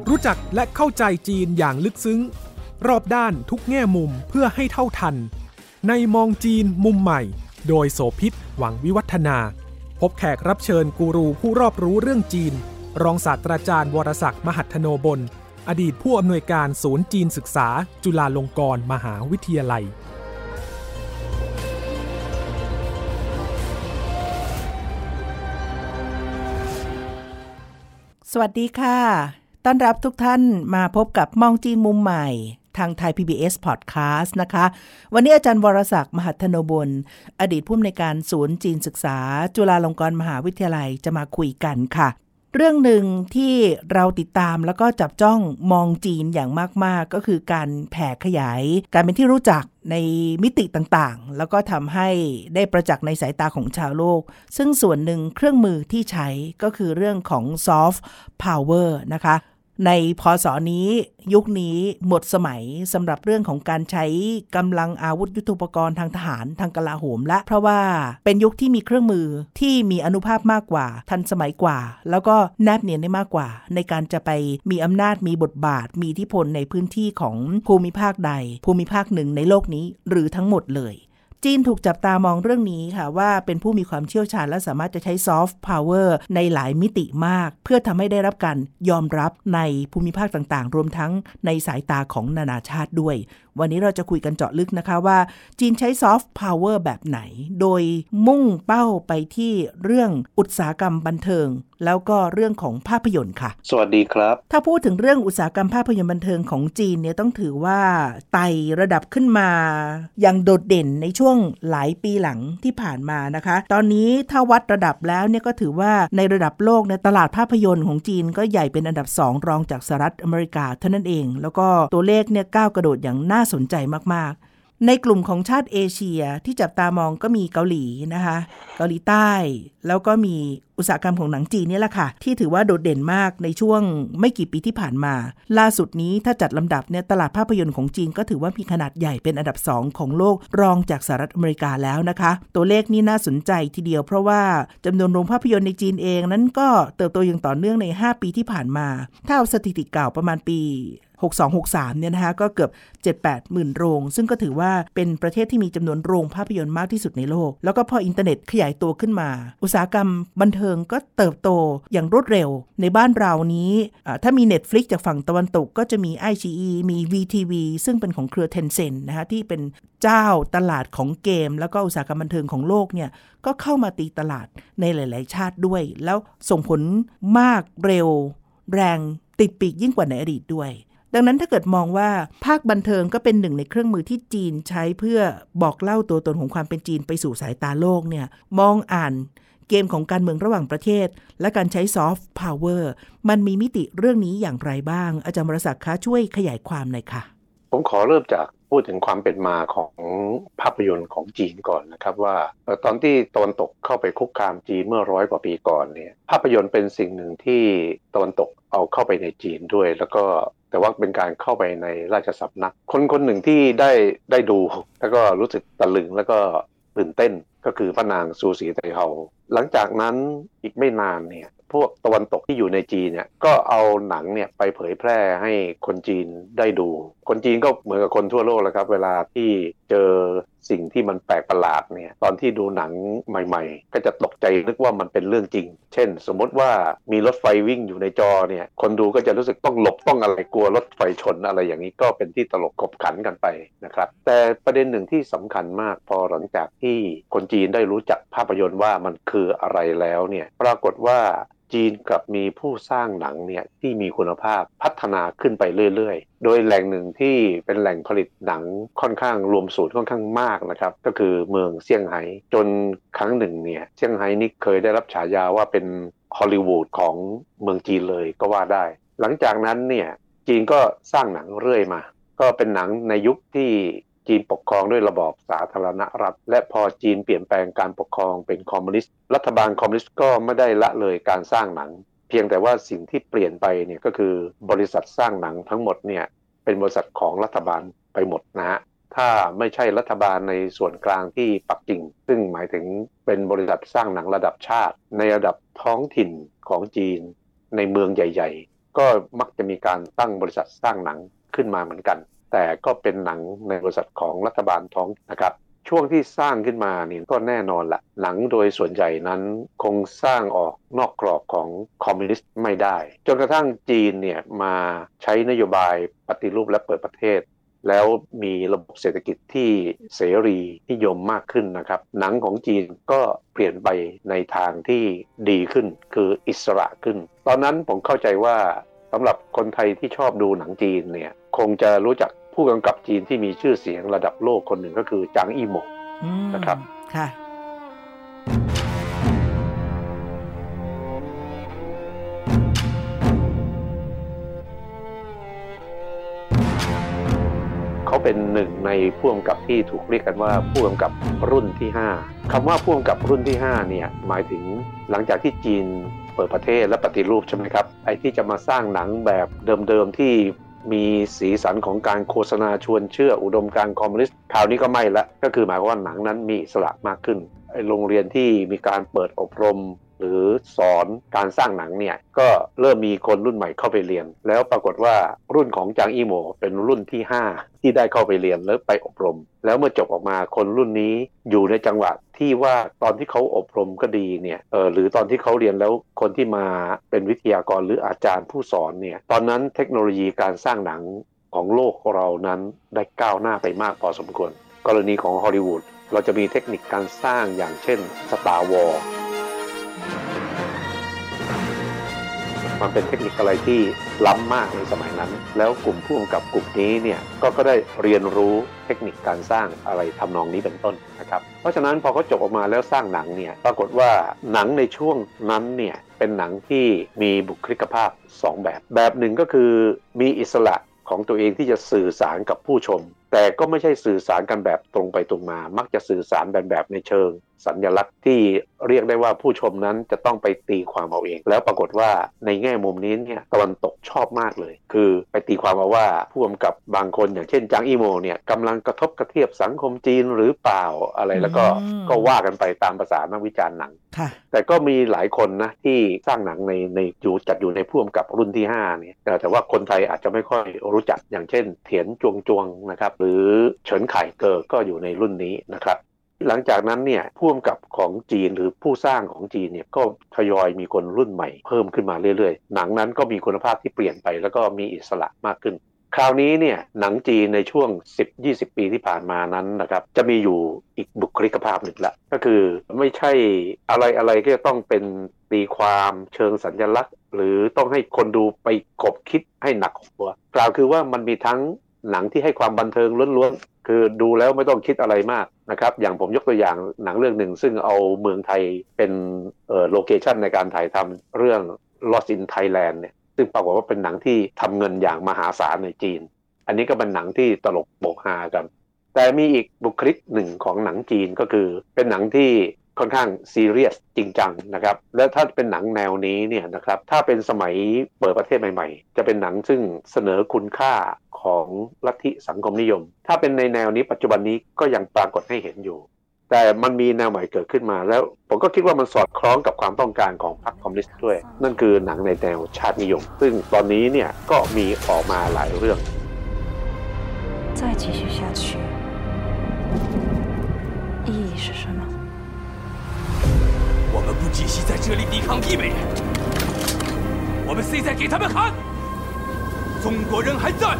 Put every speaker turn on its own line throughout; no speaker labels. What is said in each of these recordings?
รู้จักและเข้าใจจีนอย่างลึกซึ้งรอบด้านทุกแง่มุมเพื่อให้เท่าทันในมองจีนมุมใหม่โดยโสภิต หวังวิวัฒนาพบแขกรับเชิญกูรูผู้รอบรู้เรื่องจีนรองศาสตราจารย์วรศักดิ์มหัทโนบลอดีตผู้อำนวยการศูนย์จีนศึกษาจุฬาลงกรณ์มหาวิทยาลัย
สวัสดีค่ะต้อนรับทุกท่านมาพบกับมองจีนมุมใหม่ทางไทย PBS Podcast นะคะวันนี้อาจารย์วรศักดิ์มหัทโนบลอดีตผู้อำนวยการศูนย์จีนศึกษาจุฬาลงกรณ์มหาวิทยาลัยจะมาคุยกันค่ะเรื่องหนึ่งที่เราติดตามแล้วก็จับจ้องมองจีนอย่างมากๆก็คือการแผ่ขยายการเป็นที่รู้จักในมิติต่างๆแล้วก็ทำให้ได้ประจักษ์ในสายตาของชาวโลกซึ่งส่วนหนึ่งเครื่องมือที่ใช้ก็คือเรื่องของ Soft Power นะคะในพ.ศ.นี้ยุคนี้หมดสมัยสำหรับเรื่องของการใช้กำลังอาวุธยุทโธปกรณ์ทางทหารทางกลาโหมและเพราะว่าเป็นยุคที่มีเครื่องมือที่มีอานุภาพมากกว่าทันสมัยกว่าแล้วก็แนบเนียนได้มากกว่าในการจะไปมีอำนาจมีบทบาทมีอิทธิพลในพื้นที่ของภูมิภาคใดภูมิภาคหนึ่งในโลกนี้หรือทั้งหมดเลยจีนถูกจับตามองเรื่องนี้ค่ะว่าเป็นผู้มีความเชี่ยวชาญและสามารถจะใช้ซอฟต์พาวเวอร์ในหลายมิติมากเพื่อทำให้ได้รับการยอมรับในภูมิภาคต่างๆรวมทั้งในสายตาของนานาชาติด้วยวันนี้เราจะคุยกันเจาะลึกนะคะว่าจีนใช้ซอฟต์พาวเวอร์แบบไหนโดยมุ่งเป้าไปที่เรื่องอุตสาหกรรมบันเทิงแล้วก็เรื่องของภาพยนตร์ค่ะ
สวัสดีครับ
ถ้าพูดถึงเรื่องอุตสาหกรรมภาพยนตร์บันเทิงของจีนเนี่ยต้องถือว่าไต่ระดับขึ้นมาอย่างโดดเด่นในช่วงหลายปีหลังที่ผ่านมานะคะตอนนี้ถ้าวัดระดับแล้วเนี่ยก็ถือว่าในระดับโลกในตลาดภาพยนตร์ของจีนก็ใหญ่เป็นอันดับ2รองจากสหรัฐอเมริกาเท่านั้นเองแล้วก็ตัวเลขเนี่ยก้าวกระโดดอย่างน่าสนใจมากๆในกลุ่มของชาติเอเชียที่จับตามองก็มีเกาหลีนะคะเกาหลีใต้แล้วก็มีอุตสาหกรรมของหนังจีนนี่แหละค่ะที่ถือว่าโดดเด่นมากในช่วงไม่กี่ปีที่ผ่านมาล่าสุดนี้ถ้าจัดลำดับเนี่ยตลาดภาพยนตร์ของจีนก็ถือว่ามีขนาดใหญ่เป็นอันดับ2ของโลกรองจากสหรัฐอเมริกาแล้วนะคะตัวเลขนี้น่าสนใจทีเดียวเพราะว่าจำนวนโรงภาพยนตร์ในจีนเองนั้นก็เติบโตอย่างต่อเนื่องใน5ปีที่ผ่านมาถ้าเอาสถิติเก่าประมาณปี62-63เนี่ยนะคะก็เกือบ 7-8 หมื่นโรงซึ่งก็ถือว่าเป็นประเทศที่มีจำนวนโรงภาพยนตร์มากที่สุดในโลกแล้วก็พออินเทอร์เน็ตขยายตัวขึ้นมาอุตสาหกรรมบันเทิงก็เติบโตอย่างรวดเร็วในบ้านเรานี้ถ้ามี Netflix จากฝั่งตะวันตกก็จะมี iQIYI มี VTV ซึ่งเป็นของเครือ Tencent นะคะที่เป็นเจ้าตลาดของเกมแล้วก็อุตสาหกรรมบันเทิงของโลกเนี่ยก็เข้ามาตีตลาดในหลายๆชาติด้วยแล้วส่งผลมากเร็วแรงติดปีกยิ่งกว่าในอดีตด้วยดังนั้นถ้าเกิดมองว่าภาคบันเทิงก็เป็นหนึ่งในเครื่องมือที่จีนใช้เพื่อบอกเล่าตัวตนของความเป็นจีนไปสู่สายตาโลกเนี่ยมองอ่านเกมของการเมืองระหว่างประเทศและการใช้ซอฟต์พาวเวอร์มันมีมิติเรื่องนี้อย่างไรบ้างอาจารย์วรศักดิ์คะช่วยขยายความหน่อยค่ะ
ผมขอเริ่มจากพูดถึงความเป็นมาของภาพยนตร์ของจีนก่อนนะครับว่าตอนที่ตะวันตกเข้าไปคุกคามจีนเมื่อ100 กว่าปีก่อนเนี่ยภาพยนตร์เป็นสิ่งหนึ่งที่ตะวันตกเอาเข้าไปในจีนด้วยแล้วก็แต่ว่าเป็นการเข้าไปในราชสำนักคนหนึ่งที่ได้ดูแล้วก็รู้สึกตะลึงแล้วก็ตื่นเต้นก็คือพระนางซูสีไตเฮาหลังจากนั้นอีกไม่นานเนี่ยพวกตะวันตกที่อยู่ในจีนเนี่ยก็เอาหนังเนี่ยไปเผยแพร่ให้คนจีนได้ดูคนจีนก็เหมือนกับคนทั่วโลกแหละครับเวลาที่เจอสิ่งที่มันแปลกประหลาดเนี่ยตอนที่ดูหนังใหม่ๆก็จะตกใจนึกว่ามันเป็นเรื่องจริงเช่นสมมติว่ามีรถไฟวิ่งอยู่ในจอเนี่ยคนดูก็จะรู้สึกต้องหลบต้องอะไรกลัวรถไฟชนอะไรอย่างนี้ก็เป็นที่ตลกขบขันกันไปนะครับแต่ประเด็นหนึ่งที่สำคัญมากพอหลังจากที่คนจีนได้รู้จักภาพยนตร์ว่ามันคืออะไรแล้วเนี่ยปรากฏว่าจีนกลับมีผู้สร้างหนังเนี่ยที่มีคุณภาพพัฒนาขึ้นไปเรื่อยๆโดยแหล่งหนึ่งที่เป็นแหล่งผลิตหนังค่อนข้างรวมศูนย์ค่อนข้างมากนะครับก็คือเมืองเซี่ยงไฮ้จนครั้งหนึ่งเนี่ยเซี่ยงไฮ้นี่เคยได้รับฉายาว่าเป็นฮอลลีวูดของเมืองจีนเลยก็ว่าได้หลังจากนั้นเนี่ยจีนก็สร้างหนังเรื่อยมาก็เป็นหนังในยุคที่จีนปกครองด้วยระบอบสาธารณรัฐและพอจีนเปลี่ยนแปลงการปกครองเป็นคอมมิวนิสต์รัฐบาลคอมมิวนิสต์ก็ไม่ได้ละเลยการสร้างหนังเพียงแต่ว่าสิ่งที่เปลี่ยนไปเนี่ยก็คือบริษัทสร้างหนังทั้งหมดเนี่ยเป็นบริษัทของรัฐบาลไปหมดนะฮะถ้าไม่ใช่รัฐบาลในส่วนกลางที่ปักกิ่งซึ่งหมายถึงเป็นบริษัทสร้างหนังระดับชาติในระดับท้องถิ่นของจีนในเมืองใหญ่ก็มักจะมีการตั้งบริษัทสร้างหนังขึ้นมาเหมือนกันแต่ก็เป็นหนังในบริษัทของรัฐบาลท้องนะครับช่วงที่สร้างขึ้นมานี่ก็แน่นอนละหนังโดยส่วนใหญ่นั้นคงสร้างออกนอกกรอบของคอมมิวนิสต์ไม่ได้จนกระทั่งจีนเนี่ยมาใช้นโยบายปฏิรูปและเปิดประเทศแล้วมีระบบเศรษฐกิจที่เสรีนิยมมากขึ้นนะครับหนังของจีนก็เปลี่ยนไปในทางที่ดีขึ้นคืออิสระขึ้นตอนนั้นผมเข้าใจว่าสำหรับคนไทยที่ชอบดูหนังจีนเนี่ยคงจะรู้จักผู้กำกับจีนที่มีชื่อเสียงระดับโลกคนหนึ่งก็คือจางอี้หม่งนะครับ
ค่ะ
เขาเป็นหนึ่งในผู้กำกับที่ถูกเรียกกันว่าผู้กำกับรุ่นที่5คำว่าผู้กำกับรุ่นที่5เนี่ยหมายถึงหลังจากที่จีนเปิดประเทศและปฏิรูปใช่ไหมครับไอ้ที่จะมาสร้างหนังแบบเดิมๆที่มีสีสันของการโฆษณาชวนเชื่ออุดมการณ์คอมมิวนิสต์คราวนี้ก็ไม่ละก็คือหมายความว่าหนังนั้นมีอิสระมากขึ้นไอ้โรงเรียนที่มีการเปิดอบรมหรือสอนการสร้างหนังเนี่ยก็เริ่มมีคนรุ่นใหม่เข้าไปเรียนแล้วปรากฏว่ารุ่นของจางอี้โหม่เป็นรุ่นที่5ที่ได้เข้าไปเรียนแล้วไปอบรมแล้วเมื่อจบออกมาคนรุ่นนี้อยู่ในจังหวะที่ว่าตอนที่เขาอบรมก็ดีเนี่ยหรือตอนที่เขาเรียนแล้วคนที่มาเป็นวิทยากรหรืออาจารย์ผู้สอนเนี่ยตอนนั้นเทคโนโลยีการสร้างหนังของโลกเรานั้นได้ก้าวหน้าไปมากพอสมควรกรณีของฮอลลีวูดเราจะมีเทคนิคการสร้างอย่างเช่น Star Warsมันเป็นเทคนิคอะไรที่ล้ำมากในสมัยนั้นแล้วกลุ่มผู้กำกับกลุ่มนี้เนี่ยก็ได้เรียนรู้เทคนิคการสร้างอะไรทำนองนี้เป็นต้นนะครับเพราะฉะนั้นพอเขาจบออกมาแล้วสร้างหนังเนี่ยปรากฏว่าหนังในช่วงนั้นเนี่ยเป็นหนังที่มีบุคลิกภาพ2แบบหนึ่งก็คือมีอิสระของตัวเองที่จะสื่อสารกับผู้ชมแต่ก็ไม่ใช่สื่อสารกันแบบตรงไปตรงมามักจะสื่อสารแบบในเชิงสัญลักษณ์ที่เรียกได้ว่าผู้ชมนั้นจะต้องไปตีความเอาเองแล้วปรากฏว่าในแง่มุมนี้เนี่ยตะวันตกชอบมากเลยคือไปตีความเอาว่าผู้กำกับบางคนอย่างเช่นจางอี้โหม่เนี่ยกำลังกระทบกระเทียบสังคมจีนหรือเปล่าอะไรแล้วก็ว่ากันไปตามภาษานักวิจารณ์หนังแต่ก็มีหลายคนนะที่สร้างหนังในจัดอยู่ในผู้กำกับรุ่นที่5เนี่ยแต่ว่าคนไทยอาจจะไม่ค่อยรู้จักอย่างเช่นเถียนจวงนะครับหรือเฉินไข่เกิก็อยู่ในรุ่นนี้นะครับหลังจากนั้นเนี่ยผู้กำกับของจีนหรือผู้สร้างของจีนเนี่ยก็ทยอยมีคนรุ่นใหม่เพิ่มขึ้นมาเรื่อยๆหนังนั้นก็มีคุณภาพที่เปลี่ยนไปแล้วก็มีอิสระมากขึ้นคราวนี้เนี่ยหนังจีนในช่วง 10-20 ปีที่ผ่านมานั้นนะครับจะมีอยู่อีกบุคลิกภาพหนึ่งละก็คือไม่ใช่อะไรก็จะต้องเป็นตีความเชิงสัญลักษณ์หรือต้องให้คนดูไปกบคิดให้หนักหัวกล่าวคือว่ามันมีทั้งหนังที่ให้ความบันเทิงล้วนๆคือดูแล้วไม่ต้องคิดอะไรมากนะครับอย่างผมยกตัวอย่างหนังเรื่องหนึ่งซึ่งเอาเมืองไทยเป็นโลเคชั่นในการถ่ายทำเรื่อง Lost in Thailand เนี่ยซึ่งปรากฏว่าเป็นหนังที่ทำเงินอย่างมหาศาลในจีนอันนี้ก็เป็นหนังที่ตลกโปกฮากันแต่มีอีกบุคลิกหนึ่งของหนังจีนก็คือเป็นหนังที่ค่อนข้างซีเรียสจริงจังนะครับและถ้าเป็นหนังแนวนี้เนี่ยนะครับถ้าเป็นสมัยเปิดประเทศใหม่ๆจะเป็นหนังซึ่งเสนอคุณค่าของลัทธิสังคมนิยมถ้าเป็นในแนวนี้ปัจจุบันนี้ก็ยังปรากฏให้เห็นอยู่แต่มันมีแนวใหม่เกิดขึ้นมาแล้วผมก็คิดว่ามันสอดคล้องกับความต้องการของพรรคคอมมิวนิสต์ด้วยนั่นคือหนังในแนวชาตินิยมซึ่งตอนนี้เนี่ยก็มีออกมาหลายเรื่อง
再继续下去意义是什么
我们不继续在这里抵抗异美人我们现在给他们喊中国人还在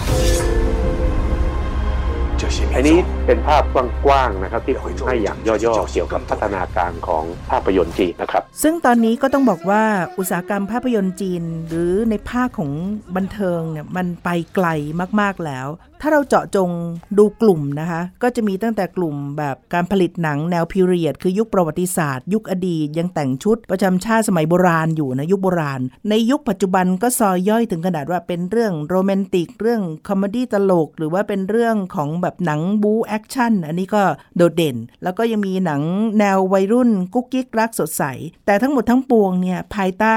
อันนี้เป็นภาพกว้างๆนะครับที่ผมให้อย่างย่อๆเกี่ยวกับพัฒนาการของภาพยนตร์จีนนะครับ
ซึ่งตอนนี้ก็ต้องบอกว่าอุตสาหกรรมภาพยนตร์จีนหรือในภาคของบันเทิงเนี่ยมันไปไกลมากๆแล้วถ้าเราเจาะจงดูกลุ่มนะคะก็จะมีตั้งแต่กลุ่มแบบการผลิตหนังแนวพีเรียดคือยุคประวัติศาสตร์ยุคอดีตยังแต่งชุดประจำชาติสมัยโบราณอยู่นะยุคโบราณในยุคปัจจุบันก็ซอยย่อยถึงขนาดว่าเป็นเรื่องโรแมนติกเรื่องคอมเมดี้ตลกหรือว่าเป็นเรื่องของแบบหนังบู๊แอคชั่นอันนี้ก็โดดเด่นแล้วก็ยังมีหนังแนววัยรุ่นกุ๊กกิ๊กรักสดใสแต่ทั้งหมดทั้งปวงเนี่ยภายใต้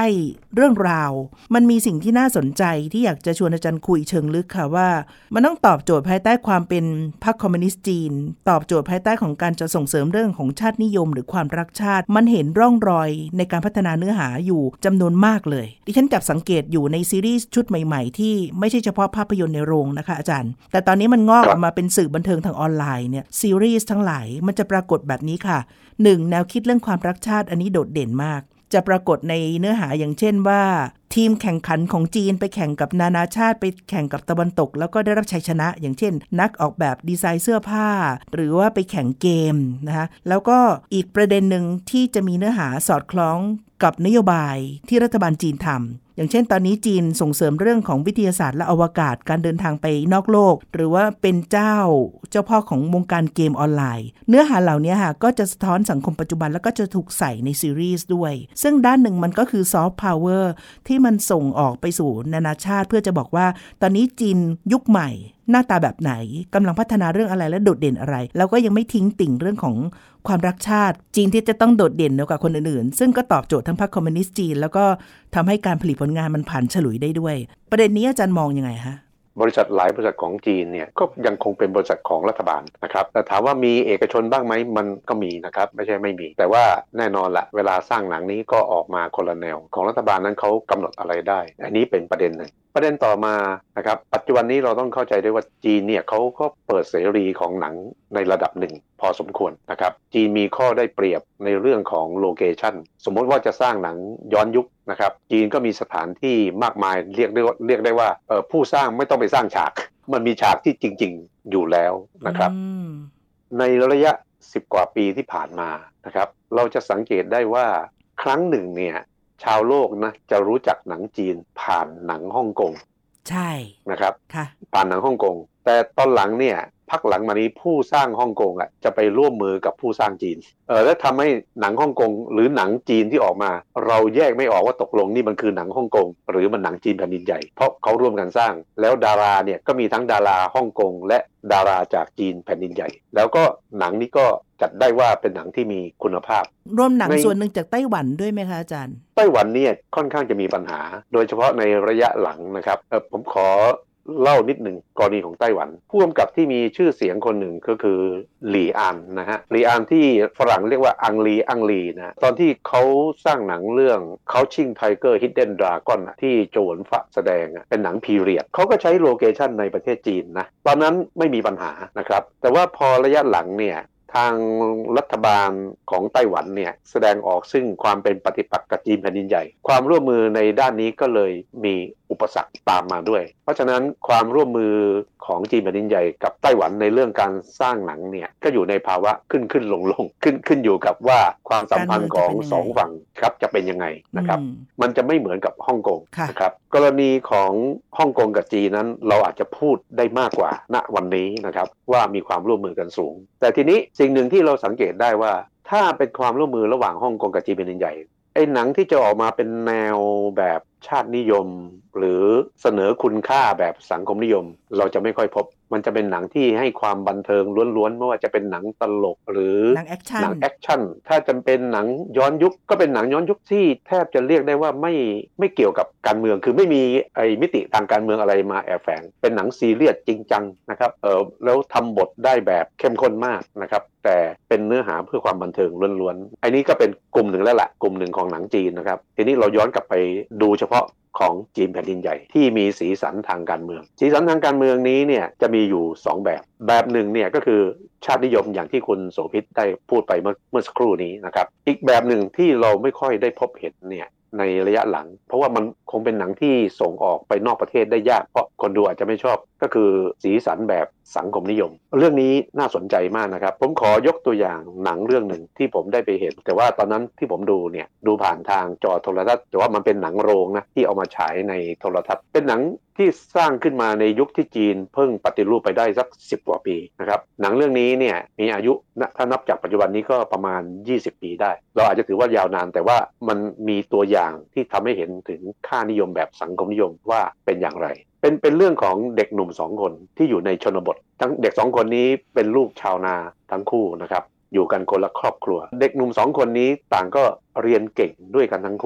เรื่องราวมันมีสิ่งที่น่าสนใจที่อยากจะชวนอาจารย์คุยเชิงลึกค่ะว่ามันต้องตอบโจทย์ภายใต้ความเป็นพรรคคอมมิวนิสต์จีนตอบโจทย์ภายใต้ของการจะส่งเสริมเรื่องของชาตินิยมหรือความรักชาติมันเห็นร่องรอยในการพัฒนาเนื้อหาอยู่จำนวนมากเลยดิฉันจับสังเกตอยู่ในซีรีส์ชุดใหม่ๆที่ไม่ใช่เฉพาะภาพยนตร์ในโรงนะคะอาจารย์แต่ตอนนี้มันงอกออกมาเป็นสื่อบันเทิงทางออนไลน์เนี่ยซีรีส์ทั้งหลายมันจะปรากฏแบบนี้ค่ะ 1. แนวคิดเรื่องความรักชาติอันนี้โดดเด่นมากจะปรากฏในเนื้อหาอย่างเช่นว่าทีมแข่งขันของจีนไปแข่งกับนานาชาติไปแข่งกับตะวันตกแล้วก็ได้รับชัยชนะอย่างเช่นนักออกแบบดีไซน์เสื้อผ้าหรือว่าไปแข่งเกมนะคะแล้วก็อีกประเด็นหนึ่งที่จะมีเนื้อหาสอดคล้องกับนโยบายที่รัฐบาลจีนทำอย่างเช่นตอนนี้จีนส่งเสริมเรื่องของวิทยาศาสตร์และอวกาศการเดินทางไปนอกโลกหรือว่าเป็นเจ้าพ่อของวงการเกมออนไลน์เนื้อหาเหล่านี้ค่ะก็จะสะท้อนสังคมปัจจุบันแล้วก็จะถูกใส่ในซีรีส์ด้วยซึ่งด้านหนึ่งมันก็คือซอฟต์พาวเวอร์ที่มันส่งออกไปสู่นานาชาติเพื่อจะบอกว่าตอนนี้จีนยุคใหม่หน้าตาแบบไหนกำลังพัฒนาเรื่องอะไรและโดดเด่นอะไรแล้วก็ยังไม่ทิ้งติ่งเรื่องของความรักชาติจีนที่จะต้องโดดเด่นกว่าคนอื่นๆซึ่งก็ตอบโจทย์ทั้งพรรคคอมมิวนิสต์จีนแล้วก็ทำให้การผลิตผลงานมันผ่านฉลุยได้ด้วยประเด็นนี้อาจารย์มองยังไงคะ
บริษัทหลายบริษัทของจีนเนี่ยก็ยังคงเป็นบริษัทของรัฐบาลนะครับแต่ถามว่ามีเอกชนบ้างไหมมันก็มีนะครับไม่ใช่ไม่มีแต่ว่าแน่นอนละเวลาสร้างหนังนี้ก็ออกมาคนละแนวของรัฐบาลนั้นเขากำหนดอะไรได้อันนี้เป็นประเด็นหนึ่งประเด็นต่อมานะครับปัจจุบันนี้เราต้องเข้าใจด้วยว่าจีนเนี่ยเขาก็เปิดเสรีของหนังในระดับหนึ่งพอสมควรนะครับจีนมีข้อได้เปรียบในเรื่องของโลเคชั่นสมมติว่าจะสร้างหนังย้อนยุคนะครับจีนก็มีสถานที่มากมายเรียกได้ว่าผู้สร้างไม่ต้องไปสร้างฉากมันมีฉากที่จริงๆอยู่แล้วนะครับในระยะ10 กว่าปีที่ผ่านมานะครับเราจะสังเกตได้ว่าครั้งหนึ่งเนี่ยชาวโลกนะจะรู้จักหนังจีนผ่านหนังฮ่องกง
ใช่
นะครับผ่านหนังฮ่องกงแต่ตอนหลังเนี่ยพักหลังมานี้ผู้สร้างฮ่องกงจะไปร่วมมือกับผู้สร้างจีนและทำให้หนังฮ่องกงหรือหนังจีนที่ออกมาเราแยกไม่ออกว่าตกลงนี่มันคือหนังฮ่องกงหรือมันหนังจีนแผ่นดินใหญ่เพราะเขาร่วมกันสร้างแล้วดาราเนี่ยก็มีทั้งดาราฮ่องกงและดาราจากจีนแผ่นดินใหญ่แล้วก็หนังนี้ก็จัดได้ว่าเป็นหนังที่มีคุณภาพ
รวมหนังส่วนหนึ่งจากไต้หวันด้วยไหมคะอาจารย์
ไต้หวันเนี่ยค่อนข้างจะมีปัญหาโดยเฉพาะในระยะหลังนะครับผมขอเล่านิดหนึ่งกรณีของไต้หวันผู้กำกับที่มีชื่อเสียงคนหนึ่งก็คือหลี่อานนะฮะหลี่อานที่ฝรั่งเรียกว่าอังลีนะตอนที่เขาสร้างหนังเรื่อง Crouching Tiger Hidden Dragon ที่โจหวนฟะแสดงเป็นหนังพีเรียดเขาก็ใช้โลเคชั่นในประเทศจีนนะตอนนั้นไม่มีปัญหานะครับแต่ว่าพอระยะหลังเนี่ยทางรัฐบาลของไต้หวันเนี่ยแสดงออกซึ่งความเป็นปฏิปักษ์กับจีนแผ่นดินใหญ่ความร่วมมือในด้านนี้ก็เลยมีอุปสรรคตามมาด้วยเพราะฉะนั้นความร่วมมือของจีนแผ่นดินใหญ่กับไต้หวันในเรื่องการสร้างหนังเนี่ยก็อยู่ในภาวะขึ้นลงขึ้นอยู่กับว่าความสัมพันธ์ของสองฝั่งครับจะเป็นยังไงนะครับมันจะไม่เหมือนกับฮ่องกงนะครับกรณีของฮ่องกงกับจีนนั้นเราอาจจะพูดได้มากกว่าณวันนี้นะครับว่ามีความร่วมมือกันสูงแต่ทีนี้สิ่งหนึ่งที่เราสังเกตได้ว่าถ้าเป็นความร่วมมือระหว่างฮ่องกงกับจีนแผ่นดินใหญ่ไอ้หนังที่จะออกมาเป็นแนวแบบชาตินิยมหรือเสนอคุณค่าแบบสังคมนิยมเราจะไม่ค่อยพบมันจะเป็นหนังที่ให้ความบันเทิงล้วนๆไม่ว่าจะเป็นหนังตลกหรือหนังแอคชั่นถ้าจะเป็นหนังย้อนยุคก็เป็นหนังย้อนยุคที่แทบจะเรียกได้ว่าไม่เกี่ยวกับการเมืองคือไม่มีไอ้มิติทางการเมืองอะไรมาแอบแฝงเป็นหนังซีเรียสจริงจังนะครับแล้วทำบทได้แบบเข้มข้นมากนะครับแต่เป็นเนื้อหาเพื่อความบันเทิงล้วนๆอันนี้ก็เป็นกลุ่มหนึ่งแล้วล่ะกลุ่มหนึ่งของหนังจีนนะครับทีนี้เราย้อนกลับไปดูเฉพาะของจีนแผ่นดินใหญ่ที่มีสีสันทางการเมืองสีสันทางการเมืองนี้เนี่ยจะมีอยู่2แบบหนึ่งเนี่ยก็คือชาตินิยมอย่างที่คุณโสภิตได้พูดไปเมื่อสักครู่นี้นะครับอีกแบบหนึ่งที่เราไม่ค่อยได้พบเห็นเนี่ยในระยะหลังเพราะว่ามันคงเป็นหนังที่ส่งออกไปนอกประเทศได้ยากเพราะคนดูอาจจะไม่ชอบก็คือสีสันแบบสังคมนิยมเรื่องนี้น่าสนใจมากนะครับผมขอยกตัวอย่างหนังเรื่องหนึ่งที่ผมได้ไปเห็นแต่ว่าตอนนั้นที่ผมดูเนี่ยดูผ่านทางจอโทรทัศน์แต่ว่ามันเป็นหนังโรงนะที่เอามาฉายในโทรทัศน์เป็นหนังที่สร้างขึ้นมาในยุคที่จีนเพิ่งปฏิรูปไปได้สัก10 กว่าปีนะครับหนังเรื่องนี้เนี่ยมีอายุถ้านับจากปัจจุบันนี้ก็ประมาณ20 ปีได้เราอาจจะถือว่ายาวนานแต่ว่ามันมีตัวอย่างที่ทำให้เห็นถึงค่านิยมแบบสังคมนิยมว่าเป็นอย่างไรเป็นเรื่องของเด็กหนุ่ม2 คนที่อยู่ในชนบททั้งเด็ก2 คนนี้เป็นลูกชาวนาทั้งคู่นะครับอยู่กันคนละครอบครัวเด็กหนุ่ม2 คนนี้ต่างก็เรียนเก่งด้วยกันทั้งคู่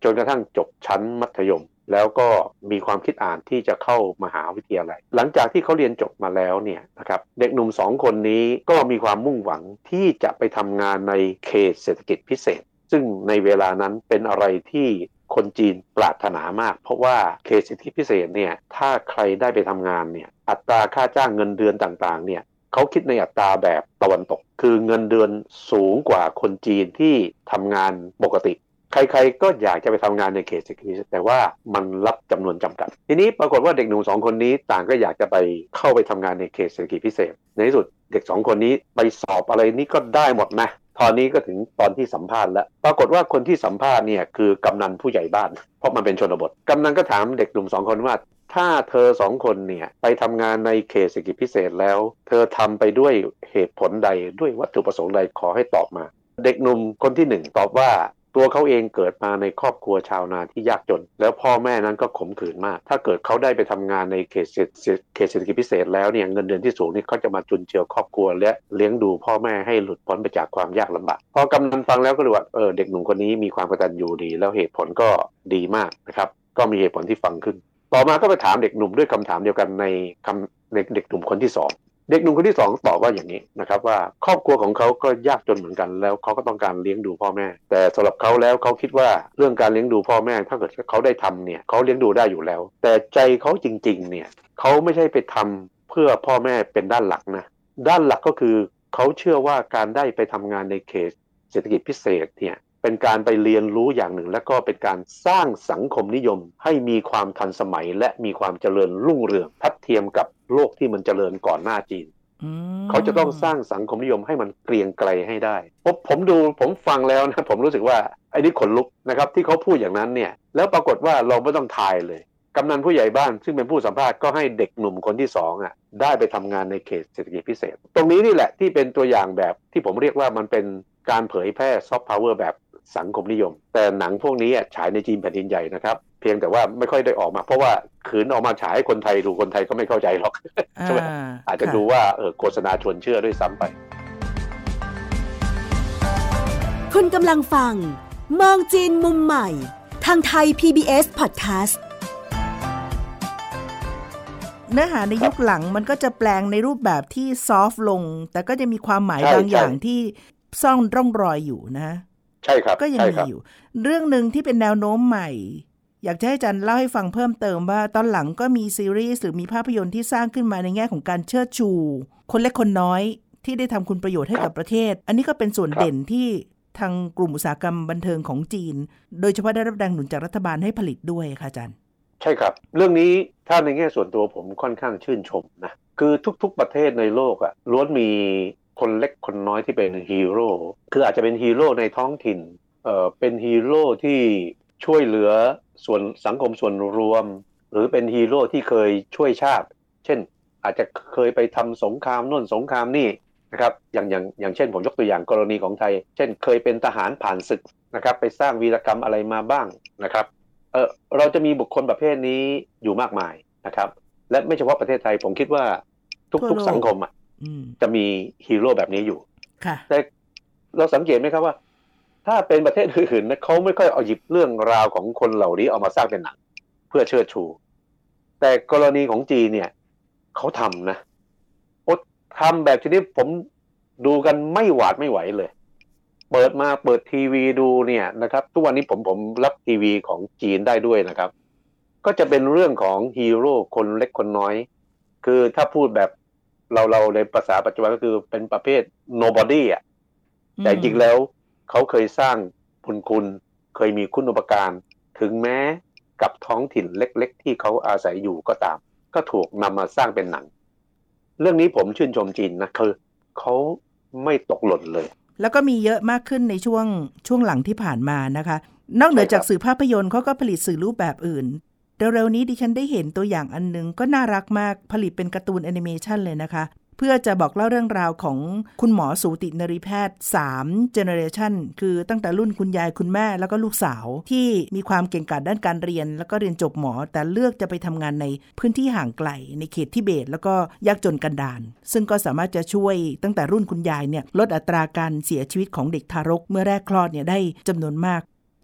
จนกระทั่งจบชั้นมัธยมแล้วก็มีความคิดอ่านที่จะเข้ามหาวิทยาลัยหลังจากที่เขาเรียนจบมาแล้วเนี่ยนะครับเด็กหนุ่ม2คนนี้ก็มีความมุ่งหวังที่จะไปทำงานในเขตเศรษฐกิจพิเศษซึ่งในเวลานั้นเป็นอะไรที่คนจีนปรารถนามากเพราะว่าเขตเศรษฐกิจพิเศษเนี่ยถ้าใครได้ไปทำงานเนี่ยอัตราค่าจ้างเงินเดือนต่างๆเนี่ยเขาคิดในอัตราแบบตะวันตกคือเงินเดือนสูงกว่าคนจีนที่ทำงานปกติใครๆก็อยากจะไปทำงานในเขตเศรษฐกิจพิเศษแต่ว่ามันรับจำนวนจำกัดทีนี้ปรากฏว่าเด็กหนุ่ม2คนนี้ต่างก็อยากจะไปเข้าไปทำงานในเขตเศรษฐกิจพิเศษในที่สุดเด็ก2คนนี้ไปสอบอะไรนี้ก็ได้หมดนะตอนนี้ก็ถึงตอนที่สัมภาษณ์แล้วปรากฏว่าคนที่สัมภาษณ์เนี่ยคือกำนันผู้ใหญ่บ้านเพราะมันเป็นชนบทกำนันก็ถามเด็กหนุ่ม2คนว่าถ้าเธอ2คนเนี่ยไปทำงานในเขตเศรษฐกิจพิเศษแล้วเธอทำไปด้วยเหตุผลใดด้วยวัตถุประสงค์ใดขอให้ตอบมาเด็กหนุ่มคนที่1ตอบว่าตัวเขาเองเกิดมาในครอบครัวชาวนาที่ยากจนแล้วพ่อแม่นั้นก็ข่มขืนมากถ้าเกิดเขาได้ไปทำงานในเขตเศรษฐกิจพิเศษแล้วเนี่ยเงินเดือนที่สูงนี่เขาจะมาจุนเจือครอบครัวและเลี้ยงดูพ่อแม่ให้หลุดพ้นไปจากความยากลำบากพอกำนันฟังแล้วก็เลยว่าเด็กหนุ่มคนนี้มีความกตัญญูดีแล้วเหตุผลก็ดีมากนะครับก็มีเหตุผลที่ฟังขึ้นต่อมาก็ไปถามเด็กหนุ่มด้วยคำถามเดียวกันในเด็กหนุ่มคนที่2เด็กหนุ่มคนที่2ตอบว่าอย่างนี้นะครับว่าครอบครัวของเขาก็ยากจนเหมือนกันแล้วเขาก็ต้องการเลี้ยงดูพ่อแม่แต่สำหรับเขาแล้วเขาคิดว่าเรื่องการเลี้ยงดูพ่อแม่ถ้าเกิดเขาได้ทำเนี่ยเขาเลี้ยงดูได้อยู่แล้วแต่ใจเขาจริงๆเนี่ยเขาไม่ใช่ไปทำเพื่อพ่อแม่เป็นด้านหลักนะด้านหลักก็คือเขาเชื่อว่าการได้ไปทำงานในเขตเศรษฐกิจพิเศษเนี่ยเป็นการไปเรียนรู้อย่างหนึ่งและก็เป็นการสร้างสังคมนิยมให้มีความทันสมัยและมีความเจริญรุ่งเรืองทัดเทียมกับโลกที่มันเจริญก่อนหน้าจีนเขาจะต้องสร้างสังคมนิยมให้มันเกรียงไกรให้ได้ผมฟังแล้วนะผมรู้สึกว่าไอ้นี่ขนลุกนะครับที่เขาพูดอย่างนั้นเนี่ยแล้วปรากฏว่าเราไม่ต้องทายเลยกำนันผู้ใหญ่บ้านซึ่งเป็นผู้สัมภาษณ์ก็ให้เด็กหนุ่มคนที่2ได้ไปทำงานในเขตเศรษฐกิจพิเศษตรงนี้นี่แหละที่เป็นตัวอย่างแบบที่ผมเรียกว่ามันเป็นการเผยแพร่ซอฟต์พาวเวอร์แบบสังคมนิยมแต่หนังพวกนี้ฉายในจีนแผ่นดินใหญ่นะครับเพียงแต่ว่าไม่ค่อยได้ออกมาเพราะว่าขืนออกมาฉายคนไทยดูคนไทยก็ไม่เข้าใจหรอกใช่ไหมอาจจะดูว่าโฆษณาชวนเชื่อด้วยซ้ำไป
คุณกำลังฟังมองจีนมุมใหม่ทางไทย PBS Podcast
เนื้อหาในยุคหลังมันก็จะแปลงในรูปแบบที่ซอฟต์ลงแต่ก็จะมีความหมายบางอย่างที่ซ่อนร่องรอยอยู่นะ
ใช่ครับ
ก็ยังมีอยู่เรื่องนึงที่เป็นแนวโน้มใหม่อยากจะให้อาจารย์เล่าให้ฟังเพิ่มเติมว่าตอนหลังก็มีซีรีส์หรือมีภาพยนตร์ที่สร้างขึ้นมาในแง่ของการเชิดชูคนเล็กคนน้อยที่ได้ทำคุณประโยชน์ให้กับประเทศอันนี้ก็เป็นส่วนเด่นที่ทางกลุ่มอุตสาหกรรมบันเทิงของจีนโดยเฉพาะได้รับแรงหนุนจากรัฐบาลให้ผลิตด้วยค่ะอาจารย์
ใช่ครับเรื่องนี้ถ้าในแง่ส่วนตัวผมค่อนข้างชื่นชมนะคือทุกๆประเทศในโลกล้วนมีคนเล็กคนน้อยที่เป็นฮีโร่คืออาจจะเป็นฮีโร่ในท้องถิ่นเป็นฮีโร่ที่ช่วยเหลือส่วนสังคมส่วนรวมหรือเป็นฮีโร่ที่เคยช่วยชาติเช่นอาจจะเคยไปทำสงครามโน่นสงครามนี่นะครับอย่างเช่นผมยกตัวอย่างกรณีของไทยเช่นเคยเป็นทหารผ่านศึกนะครับไปสร้างวีรกรรมอะไรมาบ้างนะครับเราจะมีบุคคลประเภทนี้อยู่มากมายนะครับและไม่เฉพาะประเทศไทยผมคิดว่าทุกสังคมจะมีฮีโร่แบบนี้อยู่แต่เราสังเกตไหมครับว่าถ้าเป็นประเทศอื่นๆนะเขาไม่ค่อยเอาหยิบเรื่องราวของคนเหล่านี้เอามาสร้างเป็นหนังเพื่อเชิดชูแต่กรณีของจีนเนี่ยเขาทำนะทำแบบชนิดผมดูกันไม่หวาดไม่ไหวเลยเปิดทีวีดูเนี่ยนะครับทุกวันนี้ผมรับทีวีของจีนได้ด้วยนะครับก็จะเป็นเรื่องของฮีโร่คนเล็กคนน้อยคือถ้าพูดแบบเราในภาษาปัจจุบันก็คือเป็นประเภท nobody แต่จริงแล้วเขาเคยสร้างบุญคุณเคยมีคุณูปการถึงแม้กับท้องถิ่นเล็กๆที่เขาอาศัยอยู่ก็ตามก็ถูกนำมาสร้างเป็นหนังเรื่องนี้ผมชื่นชมจีนนะคือเขาไม่ตกหล่นเลย
แล้วก็มีเยอะมากขึ้นในช่วงหลังที่ผ่านมานะคะนอกเหนือจากสื่อภาพยนตร์เขาก็ผลิตสื่อรูปแบบอื่นเร็วๆนี้ดิฉันได้เห็นตัวอย่างอันนึงก็น่ารักมากผลิตเป็นการ์ตูนแอนิเมชันเลยนะคะเพื่อจะบอกเล่าเรื่องราวของคุณหมอสูตินรีแพทย์3 generation คือตั้งแต่รุ่นคุณยายคุณแม่แล้วก็ลูกสาวที่มีความเก่งกาจด้านการเรียนแล้วก็เรียนจบหมอแต่เลือกจะไปทำงานในพื้นที่ห่างไกลในเขตทิเบตแล้วก็ยากจนกันดารซึ่งก็สามารถจะช่วยตั้งแต่รุ่นคุณยายเนี่ยลดอัตราการเสียชีวิตของเด็กทารกเมื่อแรกคลอดเนี่ยได้จำนวนมาก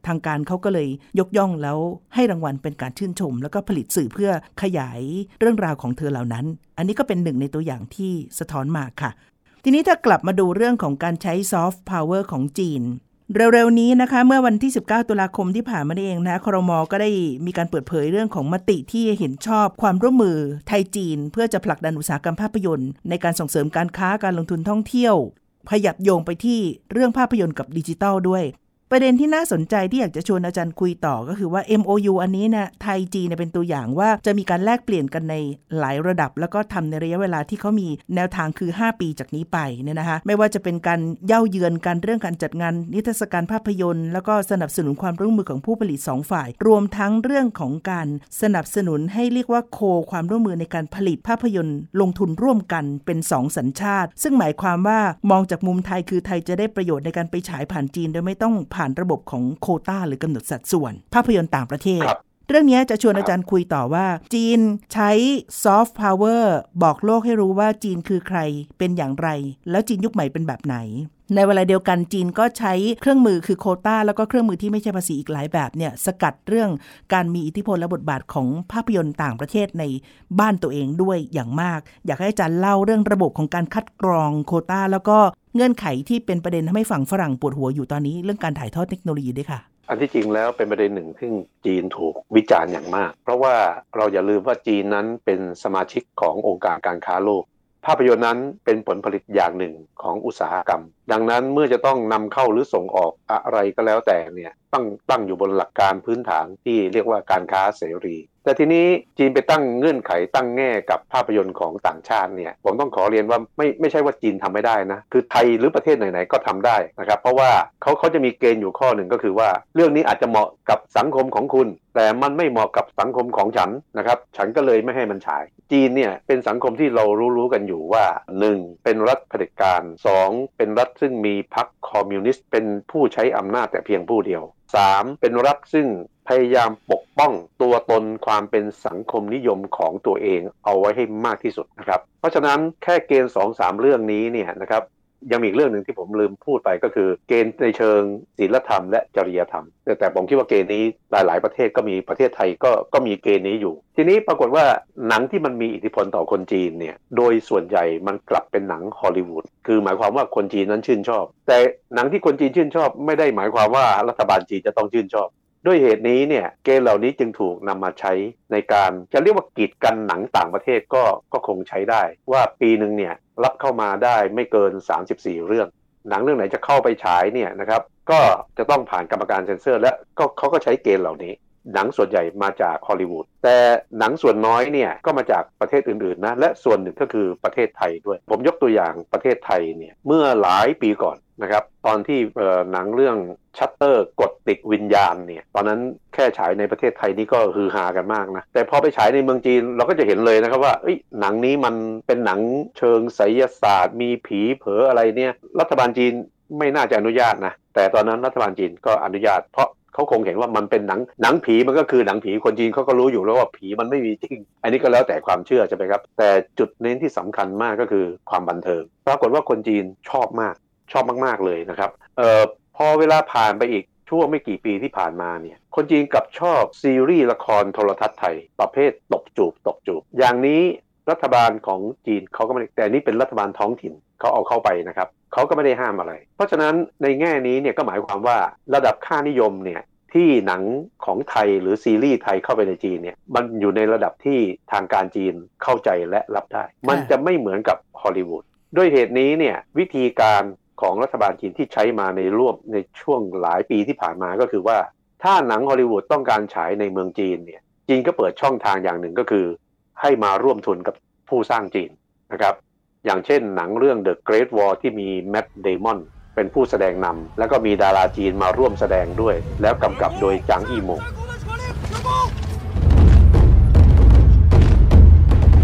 ทางการเขาก็เลยยกย่องแล้วให้รางวัลเป็นการชื่นชมแล้วก็ผลิตสื่อเพื่อขยายเรื่องราวของเธอเหล่านั้นอันนี้ก็เป็นหนึ่งในตัวอย่างที่สะท้อนมาค่ะทีนี้ถ้ากลับมาดูเรื่องของการใช้ซอฟต์พาวเวอร์ของจีนเร็วๆนี้นะคะเมื่อวันที่19ตุลาคมที่ผ่านมาเองนะครม.ก็ได้มีการเปิดเผยเรื่องของมติที่เห็นชอบความร่วมมือไทยจีนเพื่อจะผลักดันอุตสาหกรรมภาพยนตร์ในการส่งเสริมการค้าการลงทุนท่องเที่ยวขยับโยงไปที่เรื่องภาพยนตร์กับดิจิทัลด้วยประเด็นที่น่าสนใจที่อยากจะชวนอาจารย์คุยต่อก็คือว่า MOU อันนี้นะไทยจีนเป็นตัวอย่างว่าจะมีการแลกเปลี่ยนกันในหลายระดับแล้วก็ทำในระยะเวลาที่เขามีแนวทางคือ5ปีจากนี้ไปเนี่ยนะคะไม่ว่าจะเป็นการเย้าเยือนกันเรื่องการจัดงานนิทรรศการภาพยนตร์แล้วก็สนับสนุนความร่วมมือของผู้ผลิต2ฝ่ายรวมทั้งเรื่องของการสนับสนุนให้เรียกว่าโคความร่วมมือในการผลิตภาพยนตร์ลงทุนร่วมกันเป็น2สัญชาติซึ่งหมายความว่ามองจากมุมไทยคือไทยจะได้ประโยชน์ในการไปฉายผ่านจีนโดยไม่ต้องผ่านระบบของโควต้าหรือกำหนดสัดส่วนภาพยนตร์ต่างประเทศเรื่องนี้จะชวนอาจารย์คุยต่อว่าจีนใช้ซอฟต์พาวเวอร์บอกโลกให้รู้ว่าจีนคือใครเป็นอย่างไรแล้วจีนยุคใหม่เป็นแบบไหนในเวลาเดียวกันจีนก็ใช้เครื่องมือคือโควต้าแล้วก็เครื่องมือที่ไม่ใช่ภาษีอีกหลายแบบเนี่ยสกัดเรื่องการมีอิทธิพลและบทบาทของภาพยนตร์ต่างประเทศในบ้านตัวเองด้วยอย่างมากอยากให้อาจารย์เล่าเรื่องระบบของการคัดกรองโควต้าแล้วก็เงื่อนไขที่เป็นประเด็นทำให้ฝั่งฝรั่งปวดหัวอยู่ตอนนี้เรื่องการถ่ายทอดเทคโนโลยีด้วยค่ะ
อันที่จริงแล้วเป็นประเด็นหนึ่งที่จีนถูกวิจารณ์อย่างมากเพราะว่าเราอย่าลืมว่าจีนนั้นเป็นสมาชิกขององค์การการค้าโลกภาพยนตร์นั้นเป็นผลผลิตอย่างหนึ่งของอุตสาหกรรมดังนั้นเมื่อจะต้องนำเข้าหรือส่งออกอะไรก็แล้วแต่เนี่ยตั้งอยู่บนหลักการพื้นฐานที่เรียกว่าการค้าเสรีแต่ทีนี้จีนไปตั้งเงื่อนไขตั้งแง่กับภาพยนตร์ของต่างชาติเนี่ยผมต้องขอเรียนว่าไม่ใช่ว่าจีนทำไม่ได้นะคือไทยหรือประเทศไหนๆก็ทำได้นะครับเพราะว่าเขาจะมีเกณฑ์อยู่ข้อหนึ่งก็คือว่าเรื่องนี้อาจจะเหมาะกับสังคมของคุณแต่มันไม่เหมาะกับสังคมของฉันนะครับฉันก็เลยไม่ให้มันฉายจีนเนี่ยเป็นสังคมที่เรารู้กันอยู่ว่า 1. เป็นรัฐเผด็จการ 2. เป็นรัฐซึ่งมีพรรคคอมมิวนิสต์เป็นผู้ใช้อำนาจแต่เพียงผู้เดียว 3. เป็นรัฐซึ่งพยายามปกป้องตัวตนความเป็นสังคมนิยมของตัวเองเอาไว้ให้มากที่สุดนะครับเพราะฉะนั้นแค่เกณฑ์ 2-3 เรื่องนี้เนี่ยนะครับยังมีอีกเรื่องหนึ่งที่ผมลืมพูดไปก็คือเกณฑ์ในเชิงศีลธรรมและจริยธรรมแต่ผมคิดว่าเกณฑ์นี้หลายๆประเทศก็มีประเทศไทยก็มีเกณฑ์นี้อยู่ทีนี้ปรากฏว่าหนังที่มันมีอิทธิพลต่อคนจีนเนี่ยโดยส่วนใหญ่มันกลับเป็นหนังฮอลลีวูดคือหมายความว่าคนจีนนั้นชื่นชอบแต่หนังที่คนจีนชื่นชอบไม่ได้หมายความว่ารัฐบาลจีนจะต้องชื่นชอบด้วยเหตุนี้เนี่ยเกณฑ์เหล่านี้จึงถูกนำมาใช้ในการจะเรียกว่ากีดกันหนังต่างประเทศก็คงใช้ได้ว่าปีนึงเนี่ยรับเข้ามาได้ไม่เกิน34เรื่องหนังเรื่องไหนจะเข้าไปฉายเนี่ยนะครับก็จะต้องผ่านกรรมการเซ็นเซอร์และเขาก็ใช้เกณฑ์เหล่านี้หนังส่วนใหญ่มาจากฮอลลีวูดแต่หนังส่วนน้อยเนี่ยก็มาจากประเทศอื่นๆนะและส่วนหนึ่งก็คือประเทศไทยด้วยผมยกตัวอย่างประเทศไทยเนี่ยเมื่อหลายปีก่อนนะครับตอนที่หนังเรื่องชัตเตอร์กดติดวิญญาณเนี่ยตอนนั้นแค่ฉายในประเทศไทยนี่ก็ฮือฮากันมากนะแต่พอไปฉายในเมืองจีนเราก็จะเห็นเลยนะครับว่าหนังนี้มันเป็นหนังเชิงไสยศาสตร์มีผีเผลออะไรเนี่ยรัฐบาลจีนไม่น่าจะอนุญาตนะแต่ตอนนั้นรัฐบาลจีนก็อนุญาตเพราะเขาคงเห็นว่ามันเป็นหนังผีมันก็คือหนังผีคนจีนเขาก็รู้อยู่แล้วว่าผีมันไม่มีจริงอันนี้ก็แล้วแต่ความเชื่อใช่ไหมครับแต่จุดเน้นที่สำคัญมากก็คือความบันเทิงปรากฏว่าคนจีนชอบมากๆเลยนะครับพอเวลาผ่านไปอีกช่วงไม่กี่ปีที่ผ่านมาเนี่ยคนจีนกลับชอบซีรีส์ละครโทรทัศน์ไทยประเภทตบจูบอย่างนี้รัฐบาลของจีนเขาก็ไม่ได้แต่นี่เป็นรัฐบาลท้องถิ่นเขาเอาเข้าไปนะครับเขาก็ไม่ได้ห้ามอะไรเพราะฉะนั้นในแง่นี้เนี่ยก็หมายความว่าระดับค่านิยมเนี่ยที่หนังของไทยหรือซีรีส์ไทยเข้าไปในจีนเนี่ยมันอยู่ในระดับที่ทางการจีนเข้าใจและรับได้มันจะไม่เหมือนกับฮอลลีวูดด้วยเหตุนี้เนี่ยวิธีการของรัฐบาลจีนที่ใช้มาในช่วงหลายปีที่ผ่านมาก็คือว่าถ้าหนังฮอลลีวูดต้องการฉายในเมืองจีนเนี่ยจีนก็เปิดช่องทางอย่างหนึ่งก็คือให้มาร่วมทุนกับผู้สร้างจีนนะครับอย่างเช่นหนังเรื่อง The Great Wall ที่มีแมทเดมอนเป็นผู้แสดงนำแล้วก็มีดาราจีนมาร่วมแสดงด้วยแล้วกำกับโดยจางอี้หมงหนัง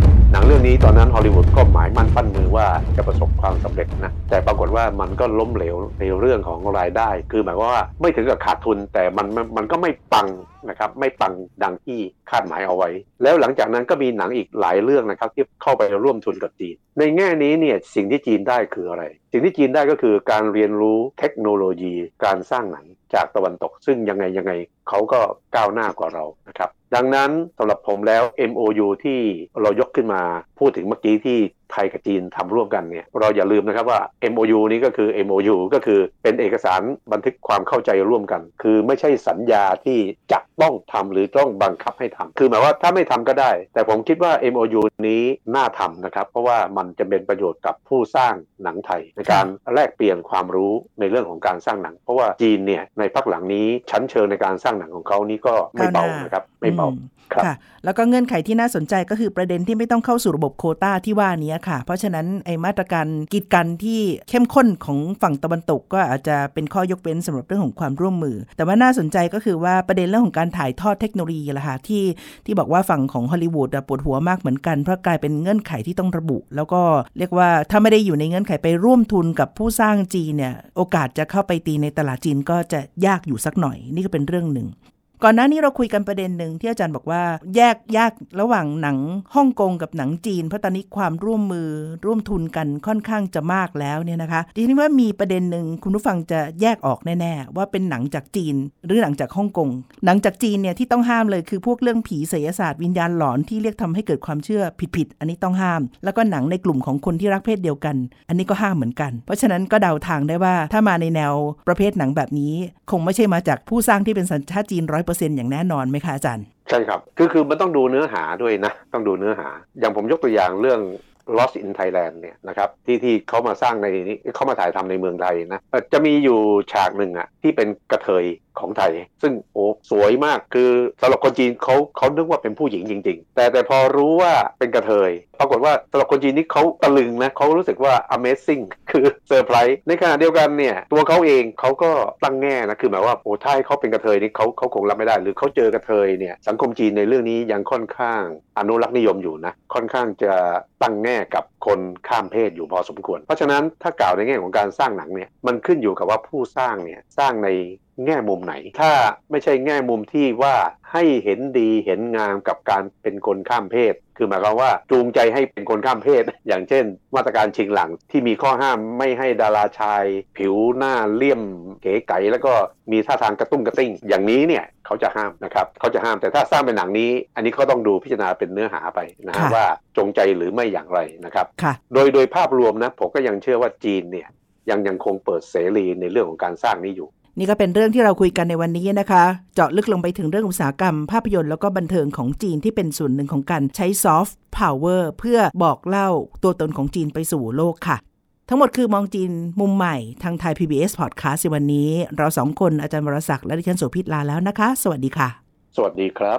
งเรื่องนี้ตอนนั้นฮอลลีวูดก็หมายมั่นปั้นมือว่าจะประสบความสำเร็จนะแต่ปรากฏว่ามันก็ล้มเหลวในเรื่องของรายได้คือหมายว่าไม่ถึงกับขาดทุนแต่มันก็ไม่ปังนะครับไม่ปังดังที่คาดหมายเอาไว้แล้วหลังจากนั้นก็มีหนังอีกหลายเรื่องนะครับที่เข้าไปร่วมทุนกับจีนในแง่นี้เนี่ยสิ่งที่จีนได้คืออะไรสิ่งที่จีนได้ก็คือการเรียนรู้เทคโนโลยีการสร้างหนังจากตะวันตกซึ่งยังไงเขาก็ก้าวหน้ากว่าเรานะครับดังนั้นสำหรับผมแล้ว MOU ที่เรายกขึ้นมาพูดถึงเมื่อกี้ที่ไทยกับจีนทำร่วมกันเนี่ยเราอย่าลืมนะครับว่า MOU นี้ก็คือ MOU ก็คือเป็นเอกสารบันทึกความเข้าใจร่วมกันคือไม่ใช่สัญญาที่จะต้องทำหรือต้องบังคับให้ทำคือหมายว่าถ้าไม่ทำก็ได้แต่ผมคิดว่า MOU นี้น่าทำนะครับเพราะว่ามันจะเป็นประโยชน์กับผู้สร้างหนังไทยในการแลกเปลี่ยนความรู้ในเรื่องของการสร้างหนังเพราะว่าจีนเนี่ยในพักหลังนี้ชั้นเชิงในการสร้างหนังของเขานี่ก็ไม่เบานะครับไม่เบา
ค่ะแล้วก็เงื่อนไขที่น่าสนใจก็คือประเด็นที่ไม่ต้องเข้าสู่ระบบโควต้าที่ว่านี้ค่ะเพราะฉะนั้นไอ้มาตรการกีดกันที่เข้มข้นของฝั่งตะวันตกก็อาจจะเป็นข้อยกเว้นสำหรับเรื่องของความร่วมมือแต่ว่าน่าสนใจก็คือว่าประเด็นเรื่องของการถ่ายทอดเทคโนโลยีล่ะค่ะที่บอกว่าฝั่งของฮอลลีวูดปวดหัวมากเหมือนกันเพราะกลายเป็นเงื่อนไขที่ต้องระบุแล้วก็เรียกว่าถ้าไม่ได้อยู่ในเงื่อนไขไปร่วมทุนกับผู้สร้างจีนเนี่ยโอกาสจะเข้าไปตีในตลาดจีนก็จะยากอยู่สักหน่อยนี่ก็เป็นเรื่องหนึ่งก่อนหน้านี้เราคุยกันประเด็นหนึ่งที่อาจารย์บอกว่าแยกยากระหว่างหนังฮ่องกงกับหนังจีนเพราะตอนนี้ความร่วมมือร่วมทุนกันค่อนข้างจะมากแล้วเนี่ยนะคะทีนี้ว่ามีประเด็นหนึ่งคุณผู้ฟังจะแยกออกแน่ๆว่าเป็นหนังจากจีนหรือหนังจากฮ่องกงหนังจากจีนเนี่ยที่ต้องห้ามเลยคือพวกเรื่องผีไสยศาสตร์วิญญาณหลอนที่เรียกทำให้เกิดความเชื่อผิดอันนี้ต้องห้ามแล้วก็หนังในกลุ่มของคนที่รักเพศเดียวกันอันนี้ก็ห้ามเหมือนกันเพราะฉะนั้นก็เดาทางได้ว่าถ้ามาในแนวประเภทหนังแบบนี้คงไม่ใช่มาจากผู้สร้างที่เป็นสัญชาติจีน 100% อย่างแน่นอนไหมคะอาจารย์
ใช่ครับคือมันต้องดูเนื้อหาด้วยนะต้องดูเนื้อหาอย่างผมยกตัวอย่างเรื่อง Lost in Thailand เนี่ยนะครับที่เขามาสร้างในนี้เขามาถ่ายทำในเมืองไทยนะจะมีอยู่ฉากหนึ่งอ่ะที่เป็นกระเทยของไทยซึ่งโอ้สวยมากคือสำหรับคนจีนเขานึกว่าเป็นผู้หญิงจริงๆแต่พอรู้ว่าเป็นกระเทยปรากฏว่าสำหรับคนจีนนี่เขาตะลึงนะเขารู้สึกว่า amazing คือเซอร์ไพรส์ในขณะเดียวกันเนี่ยตัวเขาเองเขาก็ตั้งแง่นะคือหมายว่าโอ้ถ้าเขาเป็นกระเทยนี่เขาคงรับไม่ได้หรือเขาเจอกระเทยเนี่ยสังคมจีนในเรื่องนี้ยังค่อนข้างอนุรักษ์นิยมอยู่นะค่อนข้างจะตั้งแง่กับคนข้ามเพศอยู่พอสมควรเพราะฉะนั้นถ้ากล่าวในแง่ของการสร้างหนังเนี่ยมันขึ้นอยู่กับว่าผู้สร้างเนี่ยสร้างในแง่มุมไหนถ้าไม่ใช่แง่มุมที่ว่าให้เห็นดีเห็นงามกับการเป็นคนข้ามเพศคือหมายความว่าจูงใจให้เป็นคนข้ามเพศอย่างเช่นมาตรการชิงหลังที่มีข้อห้ามไม่ให้ดาราชายผิวหน้าเลี่ยมเก๋ไก๋แล้วก็มีท่าทางกระตุ้งกระติ้งอย่างนี้เนี่ยเขาจะห้ามนะครับเขาจะห้ามแต่ถ้าสร้างเป็นหนังนี้อันนี้เขาต้องดูพิจารณาเป็นเนื้อหาไปนะว่าจงใจหรือไม่อย่างไรนะครับโดยภาพรวมนะผมก็ยังเชื่อว่าจีนเนี่ยยังคงเปิดเสรีในเรื่องของการสร้างนี้อยู่
นี่ก็เป็นเรื่องที่เราคุยกันในวันนี้นะคะเจาะลึกลงไปถึงเรื่องอุตสาหกรรมภาพยนตร์แล้วก็บันเทิงของจีนที่เป็นส่วนหนึ่งของการใช้ซอฟต์พาวเวอร์เพื่อบอกเล่าตัวตนของจีนไปสู่โลกค่ะทั้งหมดคือมองจีนมุมใหม่ทางไทย PBS Podcast ในวันนี้เราสองคนอาจารย์วรศักดิ์และดิฉันโสภิตลาแล้วนะคะสวัสดีค่ะ
สวัสดีครับ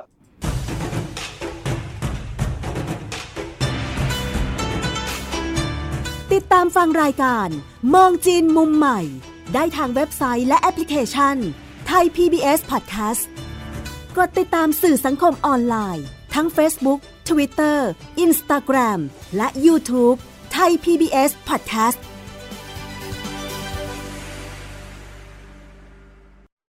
ติดตามฟังรายการมองจีนมุมใหม่ได้ทางเว็บไซต์และแอปพลิเคชันไทย PBS Podcast กดติดตามสื่อสังคมออนไลน์ทั้ง Facebook, Twitter, Instagram และ YouTube ไทย PBS Podcast